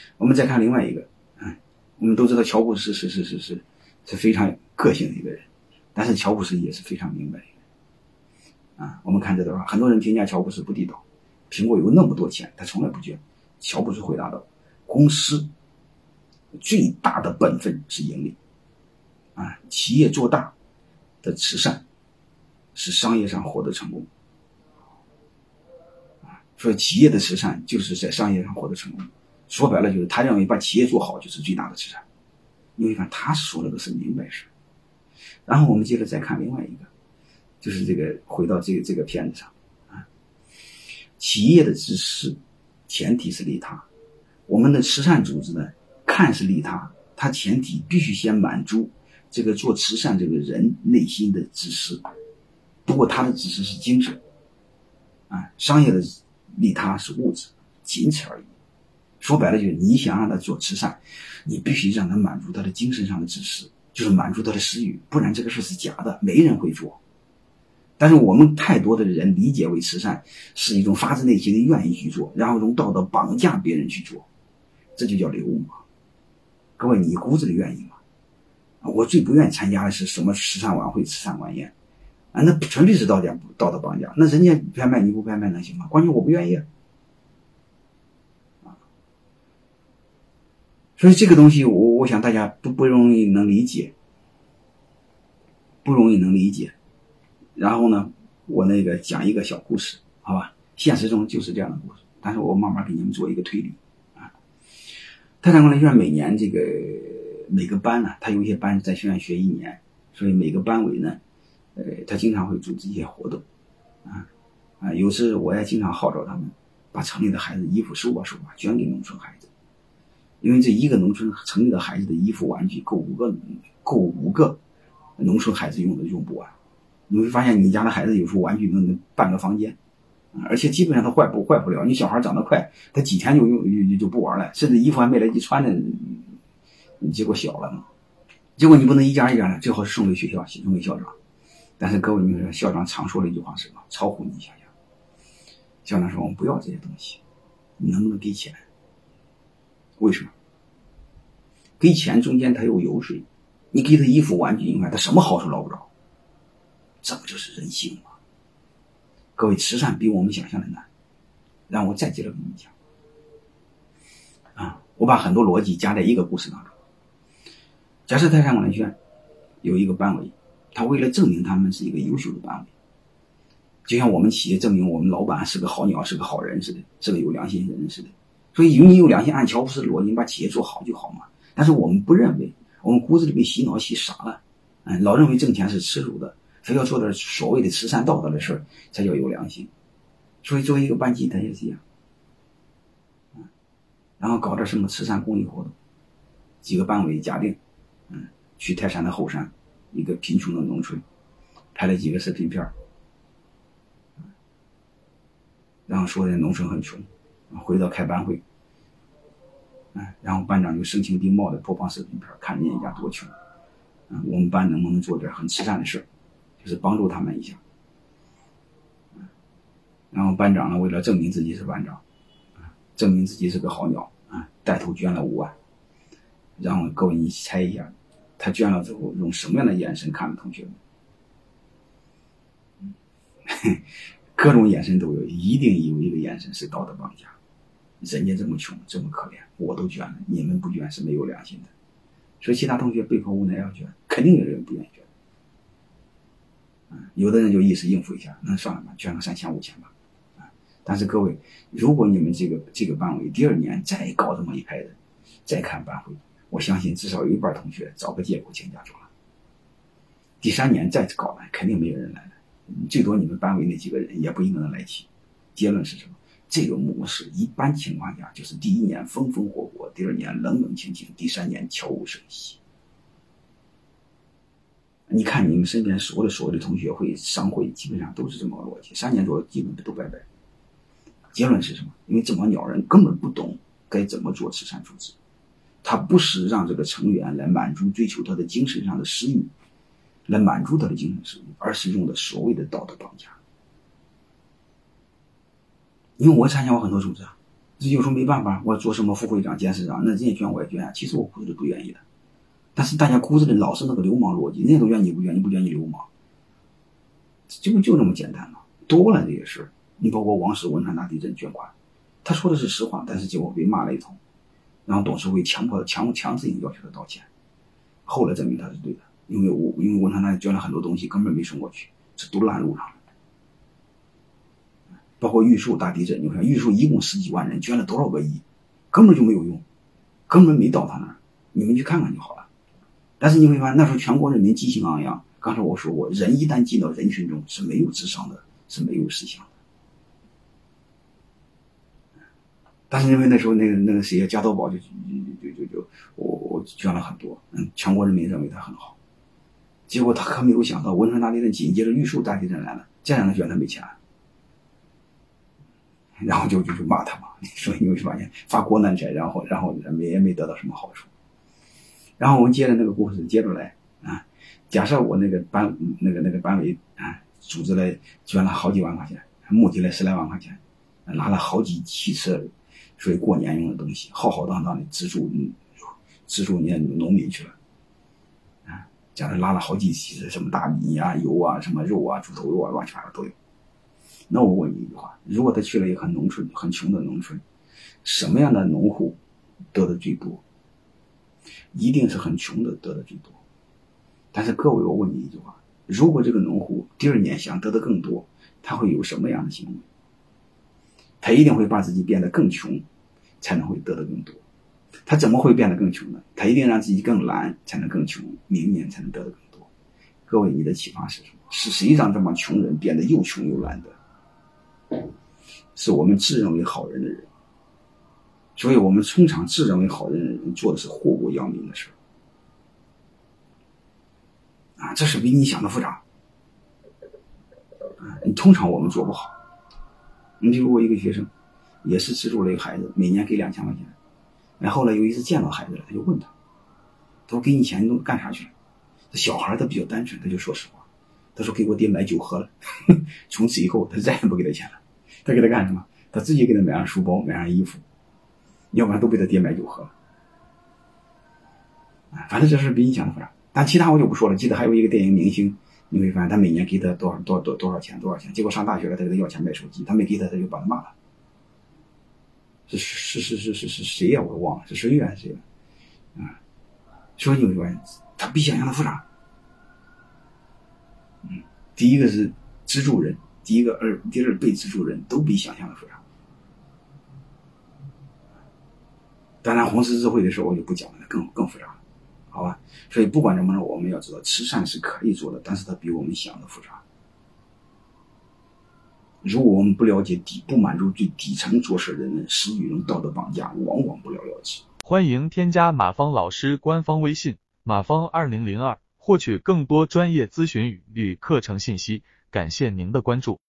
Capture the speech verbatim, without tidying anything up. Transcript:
我们再看另外一个，嗯，我们都知道乔布斯是是是是是非常个性的一个人，但是乔布斯也是非常明白的啊。我们看这段话，很多人评价乔布斯不地道，苹果有那么多钱，他从来不捐。乔布斯回答道：公司最大的本分是盈利啊，企业做大的慈善是商业上获得成功啊，所以企业的慈善就是在商业上获得成功。说白了就是他认为把企业做好就是最大的慈善。你会看他说的都是明白事。然后我们接着再看另外一个，就是这个回到这个这个片子上啊，企业的自私前提是利他，我们的慈善组织呢，看似利他，它前提必须先满足这个做慈善这个人内心的自私，不过他的自私是精神啊，商业的利他是物质，仅此而已。说白了就是你想让他做慈善，你必须让他满足他的精神上的自私，就是满足他的私欲，不然这个事是假的，没人会做。但是我们太多的人理解为慈善是一种发自内心的愿意去做，然后用道德绑架别人去做，这就叫流氓。各位，你骨子里愿意吗？我最不愿意参加的是什么慈善晚会、慈善晚宴啊，那纯粹是道德道德绑架。那人家拍卖你不拍卖能行吗？关键我不愿意啊。所以这个东西我我想大家不不容易能理解，不容易能理解。然后呢，我那个讲一个小故事，好吧？现实中就是这样的故事，但是我慢慢给你们做一个推理啊。泰山管理学院每年这个每个班呢，他有一些班在学院学一年，所以每个班委呢，呃，他经常会组织一些活动啊啊。有时我也经常号召他们把城里的孩子衣服收吧收吧，捐给农村孩子，因为这一个农村城里的孩子的衣服玩具够五个够五个农村孩子用的用不完。你会发现你家的孩子有时候玩具能半个房间，而且基本上他坏不坏不了。你小孩长得快，他几天就用就就不玩了，甚至衣服还没来及穿呢，结果小了嘛。结果你不能一家一家的，最好是送给学校，送给校长。但是各位，你说校长常说的一句话是什么？超乎你想象。校长说我们不要这些东西，你能不能给钱？为什么？给钱中间他有油水，你给他衣服玩具以外，他什么好处捞不着。这不就是人性吗？各位，慈善比我们想象的难。让我再接着跟你们讲啊，我把很多逻辑加在一个故事当中。假设泰山管理学院有一个班委，他为了证明他们是一个优秀的班委，就像我们企业证明我们老板是个好鸟，是个好人似的，是个有良心的人似的。所以你有良心，按乔布斯的逻辑，你把企业做好就好嘛。但是我们不认为，我们骨子里被洗脑洗傻了，嗯，老认为挣钱是耻辱的，非要做点所谓的慈善道德的事才叫有良心。所以作为一个班级，他也是一样，嗯，然后搞点什么慈善公益活动，几个班委假定，嗯，去泰山的后山一个贫穷的农村，拍了几个视频片，然后说的农村很穷，回到开班会，嗯，然后班长就声情并茂的播放视频片，看人家多穷，嗯，我们班能不能做点很慈善的事，就是帮助他们一下。然后班长呢，为了证明自己是班长，证明自己是个好鸟啊，带头捐了五万。然后各位你猜一下，他捐了之后用什么样的眼神看同学们？各种眼神都有，一定有一个眼神是道德绑架。人家这么穷，这么可怜，我都捐了，你们不捐是没有良心的。所以其他同学被迫无奈要捐，肯定有人不愿意捐。有的人就一时应付一下，那算了吧，捐个三千五千吧。但是各位，如果你们这个这个班委第二年再搞这么一拍的，再看班会，我相信至少有一半同学找个借口请假走了。第三年再搞呢，肯定没有人来了，最多你们班委那几个人也不一定能来齐。结论是什么？这个模式一般情况下就是第一年风风火火，第二年冷冷清清，第三年悄无声息。你看你们身边所有的所有的同学会、商会，基本上都是这么个逻辑，三年左右基本都拜拜。结论是什么？因为这帮鸟人根本不懂该怎么做慈善组织，他不是让这个成员来满足追求他的精神上的私欲，来满足他的精神私欲，而是用的所谓的道德绑架。因为我参加过很多组织啊， 这有时候没办法，我做什么副会长、监事长，那人家捐我也捐啊。其实我骨子里不愿意的，但是大家骨子里老是那个流氓逻辑，人家都愿意不愿意，不愿意流氓，就就这么简单嘛。多了这些事，你包括王石汶川大地震捐款，他说的是实话，但是结果被骂了一通，然后董事会强迫强强制性要求他道歉，后来证明他是对的，因为我因为汶川那捐了很多东西根本没送过去，这都拦路上了。包括玉树大地震，你看玉树一共十几万人捐了多少个亿，根本就没有用，根本没到他那儿，你们去看看就好了。但是你会发现那时候全国人民激情昂扬，刚才我说过，人一旦进到人群中是没有智商的，是没有思想的。但是因为那时候那个那个谁加多宝就就就就就我我捐了很多，嗯，全国人民认为他很好，结果他可没有想到汶川大地震紧接着玉树大地震来了，这样的捐他没钱。然后就就就骂他嘛，所以你会发现发国难财，然后然后也也没得到什么好处。然后我们接着那个故事接着来啊，假设我那个班那个那个班委啊组织了捐了好几万块钱，募集了十来万块钱，拿了好几汽车，所以过年用的东西，浩浩荡荡的资助资助年农民去了啊，假如拉了好几汽车，什么大米啊、油啊、什么肉啊、猪头肉啊，乱七八糟都有。那我问你一句话，如果他去了一个很农村很穷的农村，什么样的农户得的最多？一定是很穷的得的最多。但是各位，我问你一句话，如果这个农户第二年想得的更多，他会有什么样的行为？他一定会把自己变得更穷，才能会得的更多。他怎么会变得更穷呢？他一定让自己更懒，才能更穷，明年才能得的更多。各位，你的启发是什么？是谁让这帮穷人变得又穷又懒的？是我们自认为好人的人，所以我们通常自认为好人的人做的是祸国殃民的事啊，这是比你想的复杂啊，你通常我们做不好。你比如我一个学生也是资助了一个孩子，每年给两千块钱，然后呢有一次见到孩子了，他就问他，他说给你钱你都干啥去了？这小孩他比较单纯，他就说实话，他说给我爹买酒喝了，从此以后他再也不给他钱了。他给他干什么？他自己给他买上书包，买上衣服，要不然都被他爹买酒喝了。反正这事比你想的复杂，但其他我就不说了。记得还有一个电影明星，你会发现他每年给他多少多少多多少钱多少钱，结果上大学了他给他要钱买手机，他没给他他就把他骂了。是是是是是是谁呀、啊？我忘了是谁还是谁了啊？所以你会发现他比想象的复杂。嗯，第一个是资助人。第一个二，第二被资助人都比想象的复杂。当然，红十字会的时候我就不讲了，更更复杂了，好吧？所以不管怎么着，我们要知道慈善是可以做的，但是它比我们想的复杂。如果我们不了解底，不满足最底层做事的人，施予一种道德绑架，往往不了了之。 欢迎添加马芳老师官方微信马芳二零零二，获取更多专业咨询与课程信息。感谢您的关注。